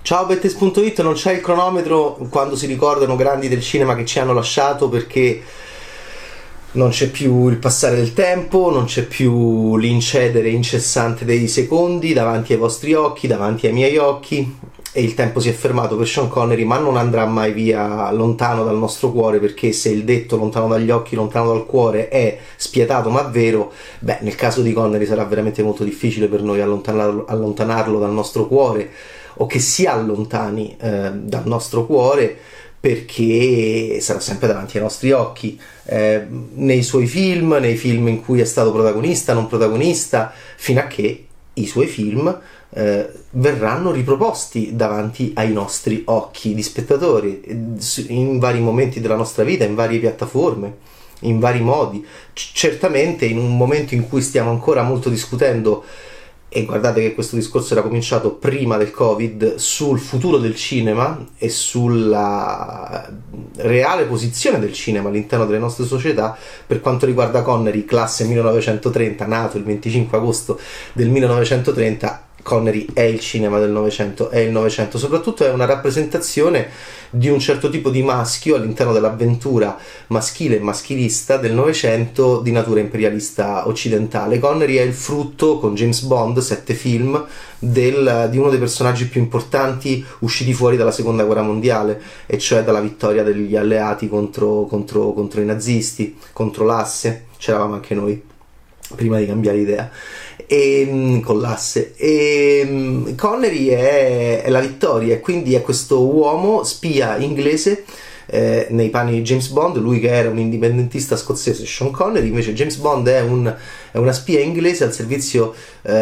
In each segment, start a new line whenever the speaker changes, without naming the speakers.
Ciao Bettes.it, non c'è il cronometro quando si ricordano grandi del cinema che ci hanno lasciato, perché non c'è più il passare del tempo, non c'è più l'incedere incessante dei secondi davanti ai vostri occhi, davanti ai miei occhi, e il tempo si è fermato per Sean Connery, ma non andrà mai via lontano dal nostro cuore, perché se il detto lontano dagli occhi, lontano dal cuore è spietato ma vero, beh, nel caso di Connery sarà veramente molto difficile per noi allontanarlo dal nostro cuore, o che si allontani dal nostro cuore, perché sarà sempre davanti ai nostri occhi, nei suoi film, nei film in cui è stato protagonista, non protagonista, fino a che i suoi film verranno riproposti davanti ai nostri occhi di spettatori in vari momenti della nostra vita, in varie piattaforme, in vari modi. Certamente in un momento in cui stiamo ancora molto discutendo, e guardate che questo discorso era cominciato prima del Covid, sul futuro del cinema e sulla reale posizione del cinema all'interno delle nostre società. Per quanto riguarda Connery, classe 1930, nato il 25 agosto del 1930, Connery è il cinema del Novecento, è il Novecento, soprattutto è una rappresentazione di un certo tipo di maschio all'interno dell'avventura maschile e maschilista del Novecento di natura imperialista occidentale. Connery è il frutto, con James Bond, 7 film, di uno dei personaggi più importanti usciti fuori dalla seconda guerra mondiale, e cioè dalla vittoria degli alleati contro i nazisti, contro l'Asse. C'eravamo anche noi prima di cambiare idea, e con l'asse. E Connery è la vittoria, e quindi è questo uomo spia inglese nei panni di James Bond. Lui che era un indipendentista scozzese, Sean Connery, invece James Bond è una spia inglese al servizio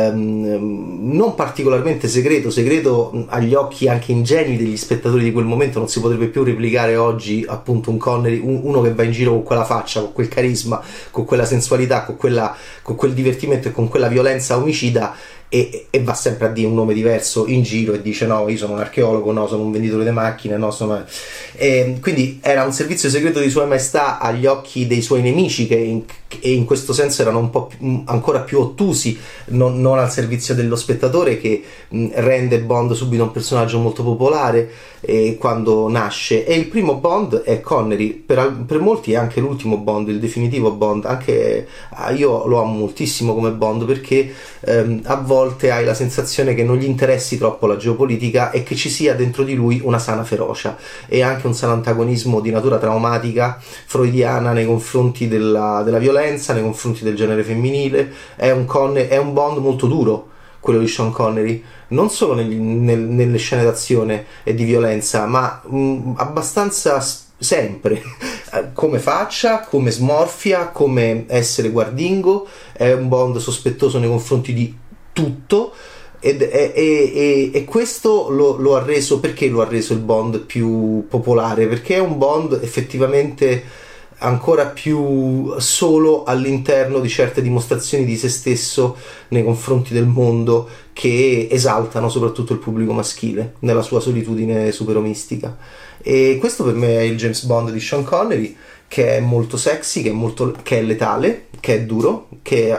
non particolarmente segreto agli occhi anche ingenui degli spettatori di quel momento. Non si potrebbe più replicare oggi appunto un Connery, uno che va in giro con quella faccia, con quel carisma, con quella sensualità, con quel divertimento e con quella violenza omicida, e va sempre a dire un nome diverso in giro e dice: no, io sono un archeologo, no, sono un venditore di macchine, no, sono... quindi era un servizio segreto di Sua Maestà agli occhi dei suoi nemici, che in questo senso erano un po' ancora più ottusi, non al servizio dello spettatore, che rende Bond subito un personaggio molto popolare quando nasce. E il primo Bond è Connery, per molti è anche l'ultimo Bond, il definitivo Bond. Anche io lo amo moltissimo come Bond, perché a volte hai la sensazione che non gli interessi troppo la geopolitica e che ci sia dentro di lui una sana ferocia e anche un sano antagonismo di natura traumatica, freudiana, nei confronti della violenza, nei confronti del genere femminile. È un Bond molto duro, quello di Sean Connery, non solo nelle scene d'azione e di violenza, ma abbastanza sempre, come faccia, come smorfia, come essere guardingo. È un Bond sospettoso nei confronti di tutto, e questo lo ha reso, perché lo ha reso il Bond più popolare? Perché è un Bond effettivamente ancora più solo all'interno di certe dimostrazioni di se stesso nei confronti del mondo, che esaltano soprattutto il pubblico maschile nella sua solitudine superomistica. E questo per me è il James Bond di Sean Connery, che è molto sexy, che è letale, che è duro, che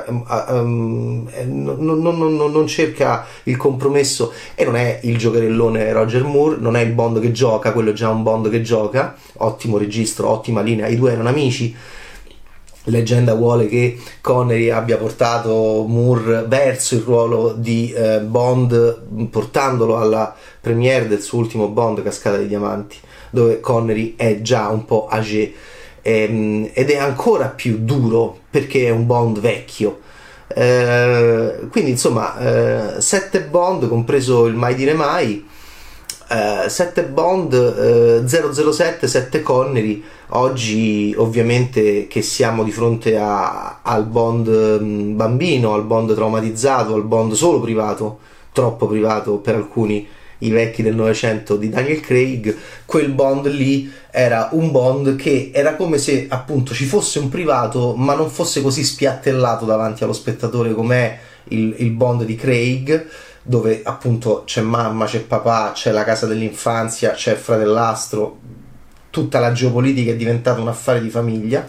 non cerca il compromesso, e non è il giocherellone Roger Moore, non è il Bond che gioca, quello è già un Bond che gioca. Ottimo registro, ottima linea, i due erano amici. Leggenda vuole che Connery abbia portato Moore verso il ruolo di Bond, portandolo alla premiere del suo ultimo Bond, Cascata di Diamanti, dove Connery è già un po' âgé, ed è ancora più duro perché è un Bond vecchio. Quindi insomma 7 Bond, compreso il Mai dire mai, 7 Bond, 007, 7 Connery. Oggi ovviamente che siamo di fronte al Bond bambino, al Bond traumatizzato, al Bond solo privato, troppo privato per alcuni, i vecchi del Novecento di Daniel Craig, quel Bond lì era un Bond che era come se appunto ci fosse un privato, ma non fosse così spiattellato davanti allo spettatore com'è il Bond di Craig, dove appunto c'è mamma, c'è papà, c'è la casa dell'infanzia, c'è il fratellastro, tutta la geopolitica è diventata un affare di famiglia.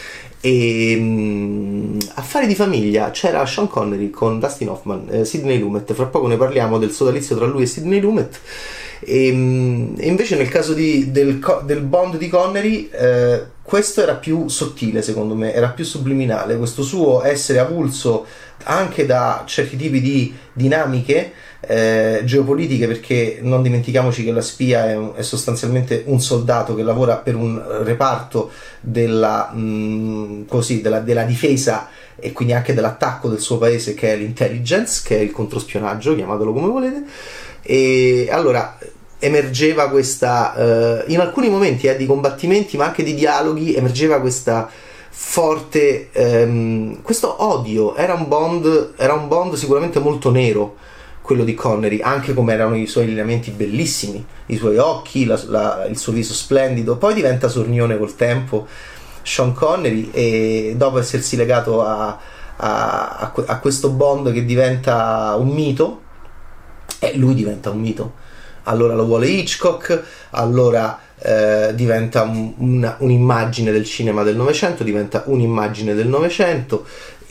E affari di famiglia, c'era Sean Connery con Dustin Hoffman, Sidney Lumet, fra poco ne parliamo del sodalizio tra lui e Sidney Lumet. E invece nel caso del Bond di Connery, questo era più sottile, secondo me, era più subliminale, questo suo essere avulso anche da certi tipi di dinamiche geopolitiche, perché non dimentichiamoci che la spia è sostanzialmente un soldato che lavora per un reparto della difesa e quindi anche dell'attacco del suo paese, che è l'intelligence, che è il controspionaggio, chiamatelo come volete. E allora emergeva questa in alcuni momenti di combattimenti ma anche di dialoghi, emergeva questa forte questo odio. Era un Bond sicuramente molto nero, quello di Connery, anche come erano i suoi lineamenti bellissimi, i suoi occhi, il suo viso splendido. Poi diventa sornione col tempo Sean Connery, e dopo essersi legato a questo Bond che diventa un mito, e lui diventa un mito. Allora lo vuole Hitchcock, allora diventa un'immagine del cinema del Novecento, diventa un'immagine del Novecento,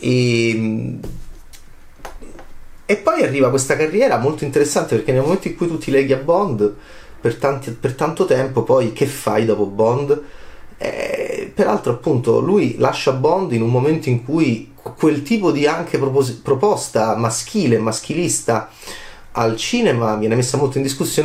e poi arriva questa carriera molto interessante, perché nel momento in cui tu ti leghi a Bond per tanto tempo, poi che fai dopo Bond? Peraltro appunto lui lascia Bond in un momento in cui quel tipo di anche proposta maschile, maschilista al cinema viene messa molto in discussione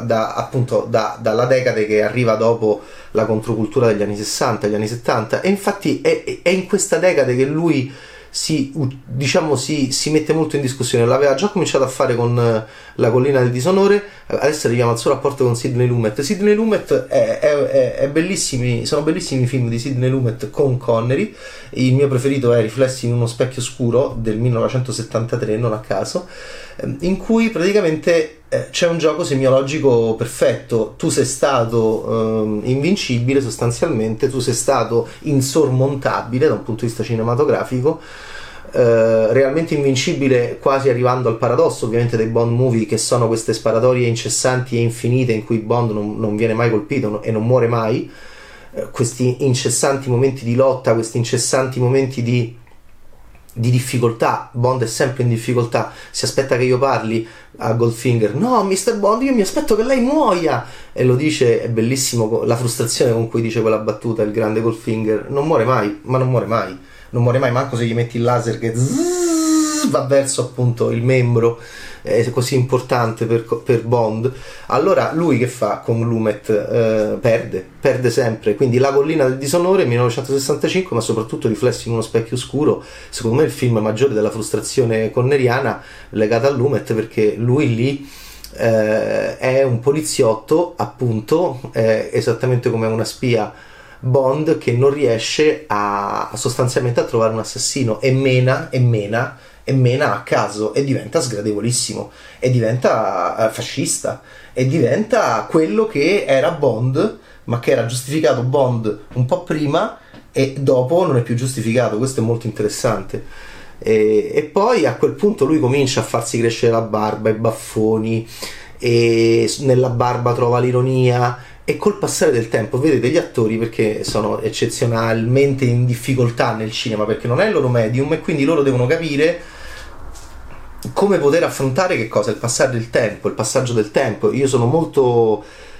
dalla decade che arriva dopo la controcultura degli anni 60, gli anni 70, e infatti è in questa decade che lui si mette molto in discussione. L'aveva già cominciato a fare con La collina del disonore, adesso arriviamo al suo rapporto con Sidney Lumet. Sidney Lumet è bellissimi, sono bellissimi i film di Sidney Lumet con Connery. Il mio preferito è Riflessi in uno specchio scuro del 1973, non a caso, in cui praticamente c'è un gioco semiologico perfetto. Tu sei stato invincibile sostanzialmente, tu sei stato insormontabile da un punto di vista cinematografico, realmente invincibile, quasi arrivando al paradosso ovviamente dei Bond movie, che sono queste sparatorie incessanti e infinite in cui Bond non viene mai colpito e non muore mai, questi incessanti momenti di lotta, questi incessanti momenti di difficoltà. Bond è sempre in difficoltà, si aspetta che io parli a Goldfinger: no Mr. Bond, io mi aspetto che lei muoia, e lo dice, è bellissimo la frustrazione con cui dice quella battuta il grande Goldfinger: non muore mai, ma non muore mai, non muore mai manco se gli metti il laser che va verso appunto il membro, è così importante per Bond. Allora lui che fa con Lumet? Perde sempre. Quindi La collina del disonore 1965, ma soprattutto Riflessi in uno specchio scuro, secondo me è il film maggiore della frustrazione conneriana legata a Lumet, perché lui lì è un poliziotto appunto, esattamente come una spia Bond, che non riesce sostanzialmente a trovare un assassino, e mena a caso, e diventa sgradevolissimo, e diventa fascista, e diventa quello che era Bond, ma che era giustificato Bond un po' prima, e dopo non è più giustificato. Questo è molto interessante. E poi a quel punto lui comincia a farsi crescere la barba, i baffoni, e nella barba trova l'ironia, e col passare del tempo vede degli attori, perché sono eccezionalmente in difficoltà nel cinema, perché non è il loro medium, e quindi loro devono capire come poter affrontare che cosa? Il passare del tempo, il passaggio del tempo. Io sono molto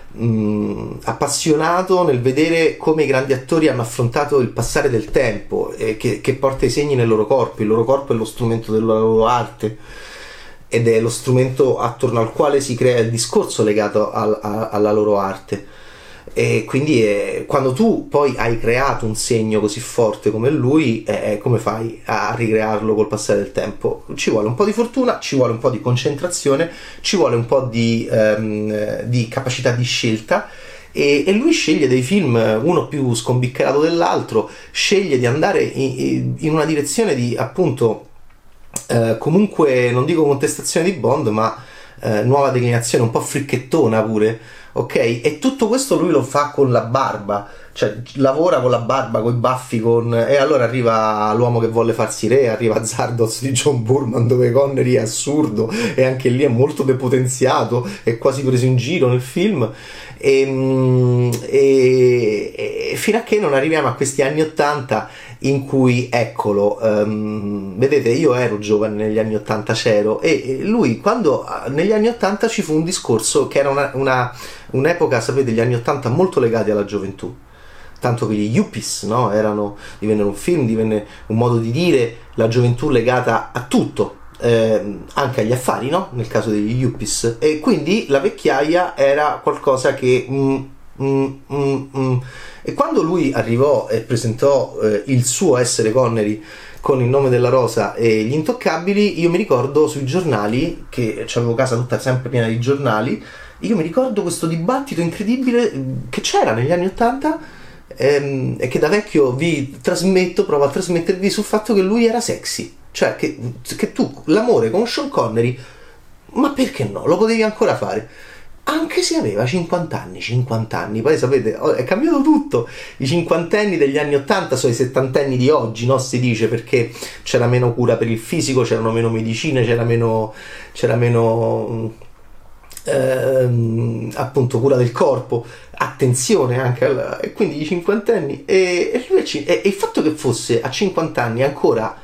appassionato nel vedere come i grandi attori hanno affrontato il passare del tempo, che porta i segni nel loro corpo. Il loro corpo è lo strumento della loro arte, ed è lo strumento attorno al quale si crea il discorso legato alla loro arte. E quindi quando tu poi hai creato un segno così forte come lui, come fai a ricrearlo col passare del tempo? Ci vuole un po' di fortuna, ci vuole un po' di concentrazione, ci vuole un po' di capacità di scelta, e lui sceglie dei film, uno più scombiccarato dell'altro, sceglie di andare in una direzione di appunto comunque, non dico contestazione di Bond, ma nuova declinazione, un po' fricchettona pure, ok? E tutto questo lui lo fa con la barba, cioè lavora con la barba, con i baffi, e allora arriva L'uomo che volle farsi re, arriva Zardoz di John Boorman, dove Connery è assurdo e anche lì è molto depotenziato, è quasi preso in giro nel film, e fino a che non arriviamo a questi anni 80 in cui, eccolo, vedete, io ero giovane negli anni 80, c'ero, e lui, quando negli anni 80 ci fu un discorso che era un'epoca, sapete, gli anni 80 molto legati alla gioventù, tanto che gli yuppies, no, divennero un film, divenne un modo di dire, la gioventù legata a tutto, anche agli affari, no? Nel caso degli yuppies, e quindi la vecchiaia era qualcosa che e quando lui arrivò e presentò il suo essere Connery con Il nome della rosa e Gli intoccabili, io mi ricordo sui giornali, che avevo casa tutta sempre piena di giornali, io mi ricordo questo dibattito incredibile che c'era negli anni 80, e che da vecchio vi trasmetto, provo a trasmettervi sul fatto che lui era sexy, cioè che tu l'amore con Sean Connery, ma perché no, lo potevi ancora fare anche se aveva 50 anni, poi sapete, è cambiato tutto, i cinquantenni degli anni 80 sono i settantenni di oggi, no? Si dice, perché c'era meno cura per il fisico, c'erano meno medicine, c'era meno appunto cura del corpo, attenzione anche e quindi i cinquantenni e il fatto che fosse a 50 anni ancora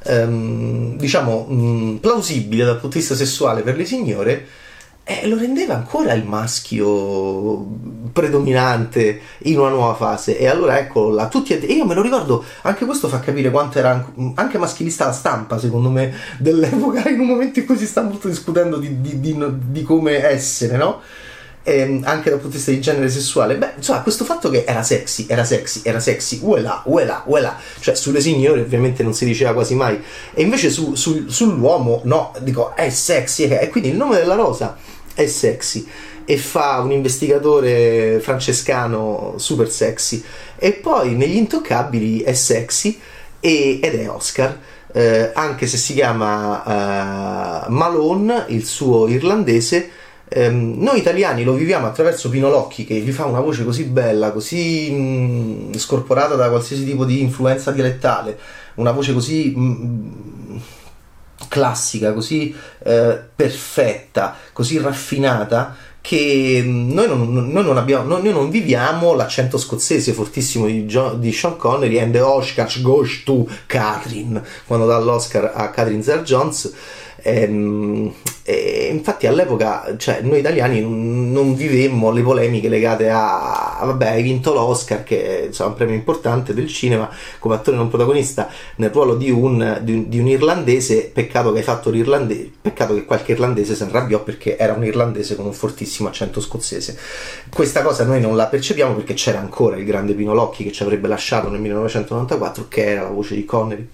diciamo plausibile dal punto di vista sessuale per le signore, lo rendeva ancora il maschio predominante in una nuova fase. E allora ecco là, e io me lo ricordo, anche questo fa capire quanto era anche maschilista la stampa, secondo me, dell'epoca, in un momento in cui si sta molto discutendo di come essere, no? Anche dal punto di vista di genere sessuale. Beh, insomma, questo fatto che era sexy, uela, cioè sulle signore ovviamente non si diceva quasi mai, e invece sull'uomo no, dico è sexy, e quindi Il nome della rosa è sexy, e fa un investigatore francescano super sexy, e poi negli intoccabili è sexy ed è Oscar, anche se si chiama Malone, il suo irlandese. Noi italiani lo viviamo attraverso Pino Locchi, che gli fa una voce così bella, così scorporata da qualsiasi tipo di influenza dialettale, una voce così classica, così perfetta, così raffinata, che noi non viviamo l'accento scozzese fortissimo di Sean Connery, and the Oscar goes to Catherine, quando dà l'Oscar a Catherine Zeta-Jones. E infatti all'epoca, cioè, noi italiani non vivemmo le polemiche legate a vabbè, hai vinto l'Oscar, che insomma, è un premio importante del cinema, come attore non protagonista nel ruolo di un irlandese. Peccato che hai fatto l'irlandese, peccato che qualche irlandese si arrabbiò perché era un irlandese con un fortissimo accento scozzese. Questa cosa noi non la percepiamo perché c'era ancora il grande Pino Locchi, che ci avrebbe lasciato nel 1994, che era la voce di Connery.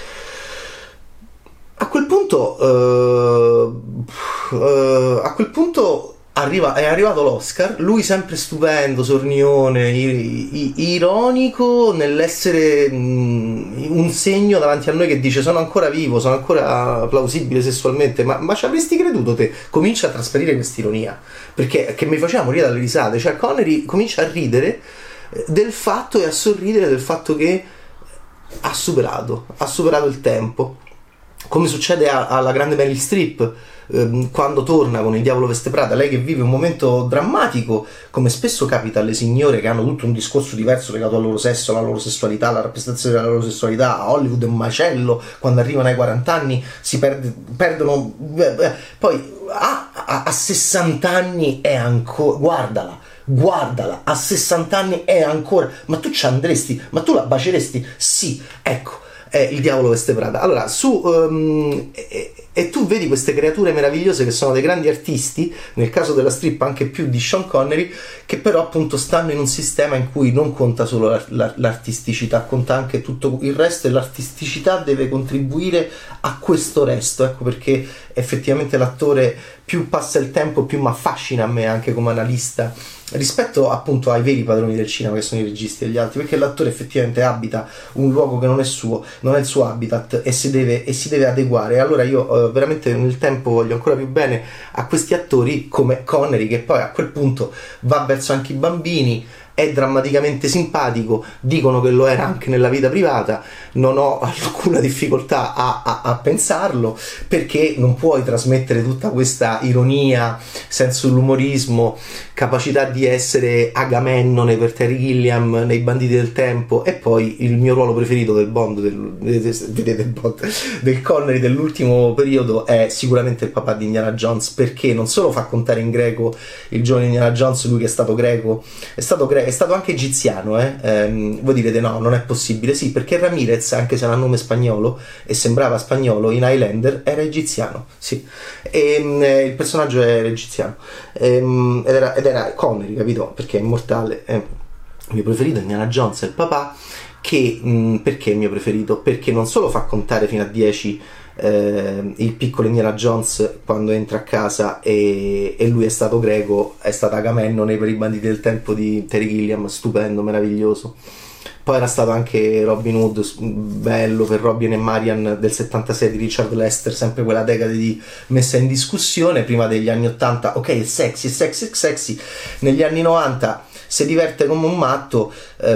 A quel punto è arrivato l'Oscar, lui sempre stupendo, sornione, ironico nell'essere un segno davanti a noi che dice sono ancora vivo, sono ancora plausibile sessualmente, ma ci avresti creduto te? Comincia a trasferire quest'ironia, perché che mi faceva morire dalle risate, cioè Connery comincia a ridere del fatto e a sorridere del fatto che ha superato il tempo. Come succede alla grande Meryl Streep quando torna con Il diavolo veste Prada, lei che vive un momento drammatico, come spesso capita alle signore che hanno tutto un discorso diverso legato al loro sesso, alla loro sessualità, alla rappresentazione della loro sessualità. A Hollywood è un macello, quando arrivano ai 40 anni si perdono, poi a 60 anni è ancora, guardala, a 60 anni è ancora, ma tu ci andresti, ma tu la baceresti? Sì, ecco, è Il diavolo veste Prada. Allora, e tu vedi queste creature meravigliose che sono dei grandi artisti, nel caso della strip anche più di Sean Connery, che però appunto stanno in un sistema in cui non conta solo l'artisticità, conta anche tutto il resto, e l'artisticità deve contribuire a questo resto. Ecco perché effettivamente l'attore, più passa il tempo, più mi affascina a me anche come analista rispetto appunto ai veri padroni del cinema, che sono i registi e gli altri, perché l'attore effettivamente abita un luogo che non è suo, non è il suo habitat, e si deve adeguare. E allora io veramente nel tempo voglio ancora più bene a questi attori come Connery, che poi a quel punto va verso anche i bambini, è drammaticamente simpatico, dicono che lo era anche nella vita privata, non ho alcuna difficoltà a pensarlo, perché non puoi trasmettere tutta questa ironia, senso dell'umorismo, capacità di essere Agamennone per Terry Gilliam nei Banditi del Tempo, e poi il mio ruolo preferito del Bond, del Connery dell'ultimo periodo è sicuramente il papà di Indiana Jones, perché non solo fa contare in greco il giovane Indiana Jones, lui che è stato greco, è stato anche egiziano, voi direte no, non è possibile. Sì, perché Ramirez, anche se ha un nome spagnolo e sembrava spagnolo, in Highlander era egiziano, sì, il personaggio era egiziano, ed era Connery, capito? Perché è immortale. Il mio preferito è Indiana Jones, è il papà, che perché è il mio preferito? Perché non solo fa contare fino a 10 il piccolo Indiana Jones quando entra a casa, e lui è stato greco, è stato Agamennone per i Banditi del Tempo di Terry Gilliam, stupendo, meraviglioso. Poi era stato anche Robin Hood, bello, per Robin e Marian del 76 di Richard Lester, sempre quella decade di messa in discussione, prima degli anni 80, ok, è sexy, negli anni 90 si diverte come un matto,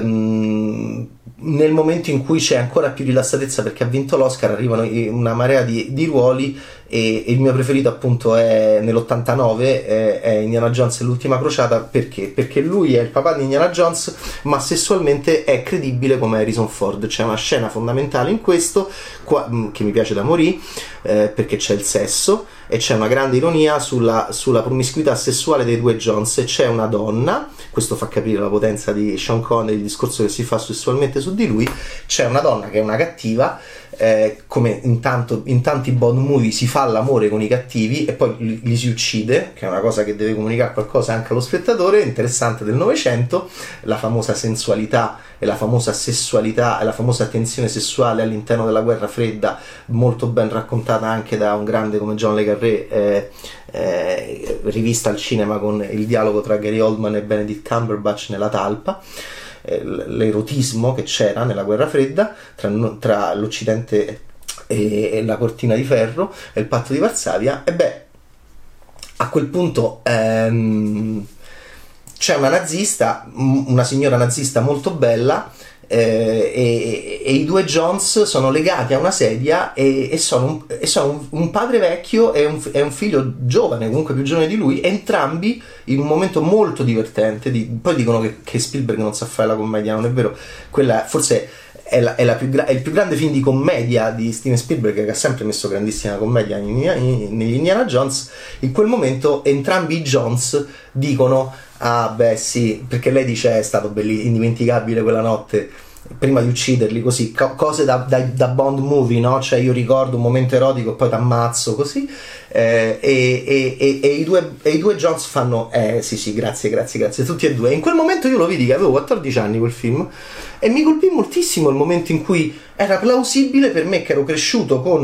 nel momento in cui c'è ancora più rilassatezza perché ha vinto l'Oscar, arrivano una marea di ruoli, e il mio preferito appunto è nell'89, è Indiana Jones e l'ultima crociata. Perché lui è il papà di Indiana Jones, ma sessualmente è credibile come Harrison Ford. C'è una scena fondamentale in questo che mi piace da morì, perché c'è il sesso e c'è una grande ironia sulla promiscuità sessuale dei due Jones, e c'è una donna, questo fa capire la potenza di Sean Connery, il discorso che si fa sessualmente su di lui. C'è una donna che è una cattiva, come in tanti Bond movie si fa l'amore con i cattivi e poi li si uccide, che è una cosa che deve comunicare qualcosa anche allo spettatore, interessante, del Novecento, la famosa sensualità e la famosa sessualità e la famosa tensione sessuale all'interno della guerra fredda, molto ben raccontata anche da un grande come John le Carré, rivista al cinema con il dialogo tra Gary Oldman e Benedict Cumberbatch nella talpa, l'erotismo che c'era nella guerra fredda tra l'Occidente e la cortina di ferro e il patto di Varsavia. E beh, a quel punto c'è una nazista, una signora nazista molto bella, e i due Jones sono legati a una sedia e sono un padre vecchio e un figlio giovane, comunque più giovane di lui, entrambi in un momento molto divertente. Poi dicono che Spielberg non sa fare la commedia, non è vero, quella forse è il più grande film di commedia di Steven Spielberg, che ha sempre messo grandissima commedia negli Indiana Jones. In quel momento entrambi i Jones dicono: ah beh sì, perché lei dice è stato indimenticabile quella notte, prima di ucciderli, così, cose da Bond movie, no? Cioè io ricordo un momento erotico e poi t'ammazzo, così, e i due Jones fanno sì, grazie, tutti e due. E in quel momento io lo vidi che avevo 14 anni, quel film, e mi colpì moltissimo il momento in cui era plausibile per me, che ero cresciuto con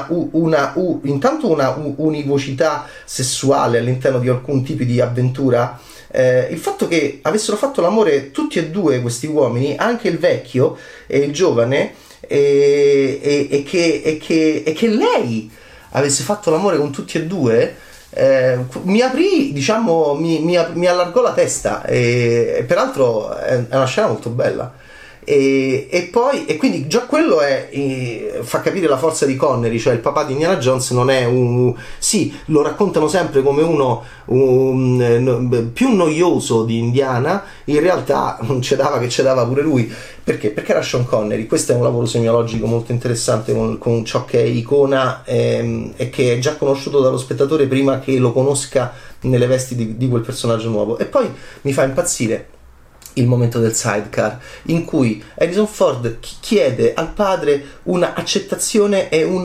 intanto una univocità sessuale all'interno di alcun tipo di avventura. Il fatto che avessero fatto l'amore tutti e due questi uomini, anche il vecchio e il giovane, e che lei avesse fatto l'amore con tutti e due, mi aprì, diciamo, mi allargò la testa, e peraltro è una scena molto bella. E quindi già quello fa capire la forza di Connery, cioè il papà di Indiana Jones non è sì, lo raccontano sempre come uno più noioso di Indiana, in realtà non c'è dava pure lui. Perché era Sean Connery. Questo è un lavoro semiologico molto interessante con ciò che è icona, e che è già conosciuto dallo spettatore prima che lo conosca nelle vesti di quel personaggio nuovo. E poi mi fa impazzire il momento del sidecar, in cui Harrison Ford chiede al padre una accettazione e un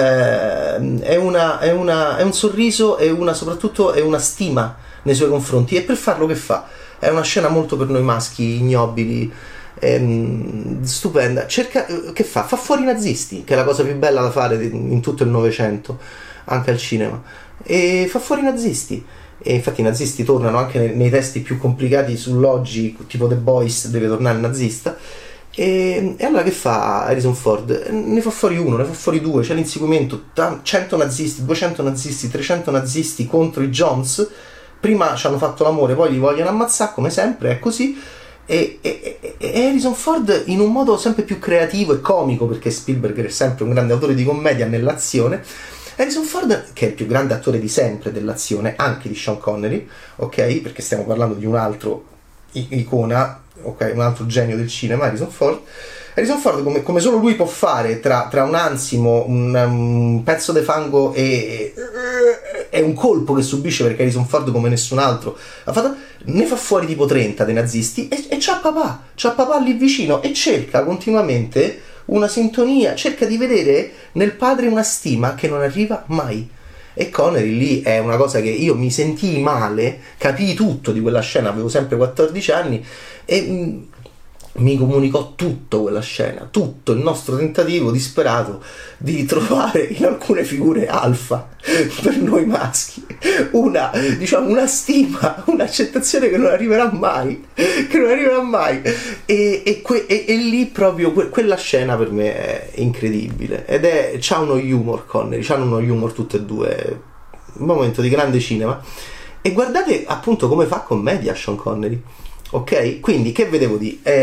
sorriso e soprattutto una stima nei suoi confronti, e per farlo che fa? È una scena molto per noi maschi ignobili, stupenda. Che fa fuori i nazisti, che è la cosa più bella da fare in tutto il Novecento, anche al cinema, e fa fuori i nazisti. E infatti i nazisti tornano anche nei testi più complicati sull'oggi, tipo The Boys deve tornare il nazista, e allora che fa Harrison Ford? Ne fa fuori uno, ne fa fuori due, c'è l'inseguimento, 100 nazisti, 200 nazisti, 300 nazisti contro i Jones. Prima ci hanno fatto l'amore, poi li vogliono ammazzare, come sempre è così, e Harrison Ford in un modo sempre più creativo e comico, perché Spielberg è sempre un grande autore di commedia nell'azione. Harrison Ford, che è il più grande attore di sempre dell'azione, anche di Sean Connery, ok? Perché stiamo parlando di un altro icona, ok? Un altro genio del cinema, Harrison Ford. Harrison Ford, come solo lui può fare, tra un ansimo, un pezzo di fango e un colpo che subisce, perché Harrison Ford, come nessun altro ha fatto, ne fa fuori tipo 30 dei nazisti, e c'ha papà lì vicino, e cerca continuamente una sintonia, cerca di vedere nel padre una stima che non arriva mai. E Connery lì è una cosa che io mi sentii male, capii tutto di quella scena, avevo sempre 14 anni, e mi comunicò tutto quella scena, tutto il nostro tentativo disperato di trovare in alcune figure alfa per noi maschi una stima, un'accettazione che non arriverà mai, e lì proprio quella scena per me è incredibile, c'ha uno humor, Connery, c'hanno uno humor tutte e due, un momento di grande cinema. E guardate appunto come fa commedia Sean Connery. Ok, quindi che vedevo di ed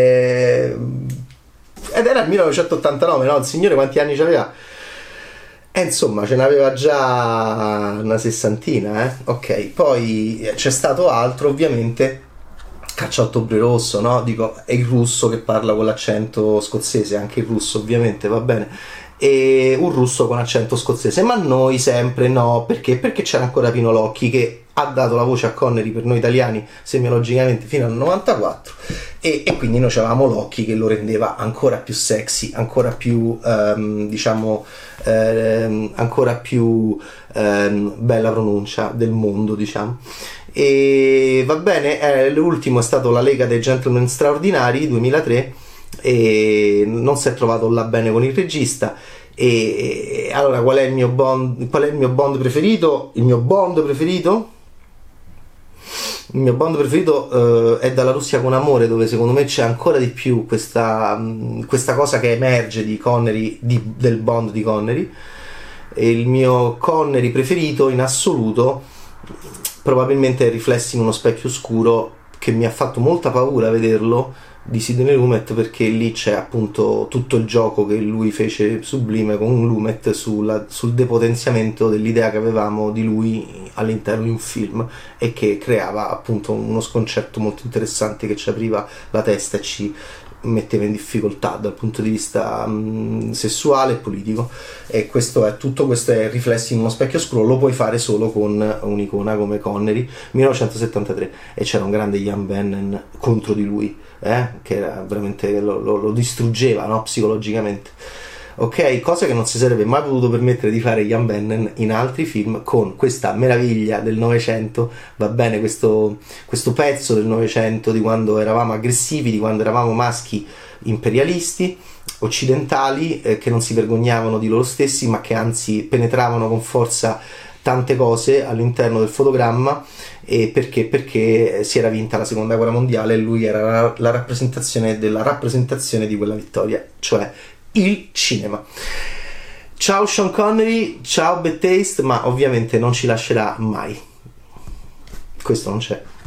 era il 1989, no? Il signore quanti anni c'aveva? Insomma, ce n'aveva già una sessantina, ok. Poi c'è stato altro, ovviamente, Caccia a Ottobre Rosso, no? Dico, è il russo che parla con l'accento scozzese, anche il russo ovviamente, va bene, e un russo con accento scozzese, ma noi sempre no, perché c'era ancora Pino Locchi che ha dato la voce a Connery per noi italiani semiologicamente fino al 94, e quindi noi avevamo Locchi che lo rendeva ancora più sexy, ancora più ancora più bella pronuncia del mondo, diciamo. E va bene, l'ultimo è stato La Lega dei Gentlemen Straordinari 2003, e non si è trovato là bene con il regista. E allora, qual è il mio Bond preferito? Il mio Bond preferito è Dalla Russia con amore, dove secondo me c'è ancora di più questa cosa che emerge di Connery, del Bond di Connery. E il mio Connery preferito in assoluto probabilmente è Riflessi in uno specchio oscuro, che mi ha fatto molta paura vederlo, di Sidney Lumet, perché lì c'è appunto tutto il gioco che lui fece sublime con Lumet sul depotenziamento dell'idea che avevamo di lui all'interno di un film, e che creava appunto uno sconcerto molto interessante che ci apriva la testa e ci metteva in difficoltà dal punto di vista sessuale e politico. E tutto questo è Riflessi in uno specchio oscuro, lo puoi fare solo con un'icona come Connery. 1973, e c'era un grande Ian Bannon contro di lui, che era veramente lo distruggeva, no? Psicologicamente. Ok, cosa che non si sarebbe mai potuto permettere di fare Ian Bannon in altri film, con questa meraviglia del Novecento, va bene, questo pezzo del Novecento, di quando eravamo aggressivi, di quando eravamo maschi imperialisti occidentali, che non si vergognavano di loro stessi, ma che anzi penetravano con forza tante cose all'interno del fotogramma, e perché si era vinta la seconda guerra mondiale e lui era la rappresentazione di quella vittoria, cioè il cinema. Ciao Sean Connery, ciao Bad Taste, ma ovviamente non ci lascerà mai, questo non c'è.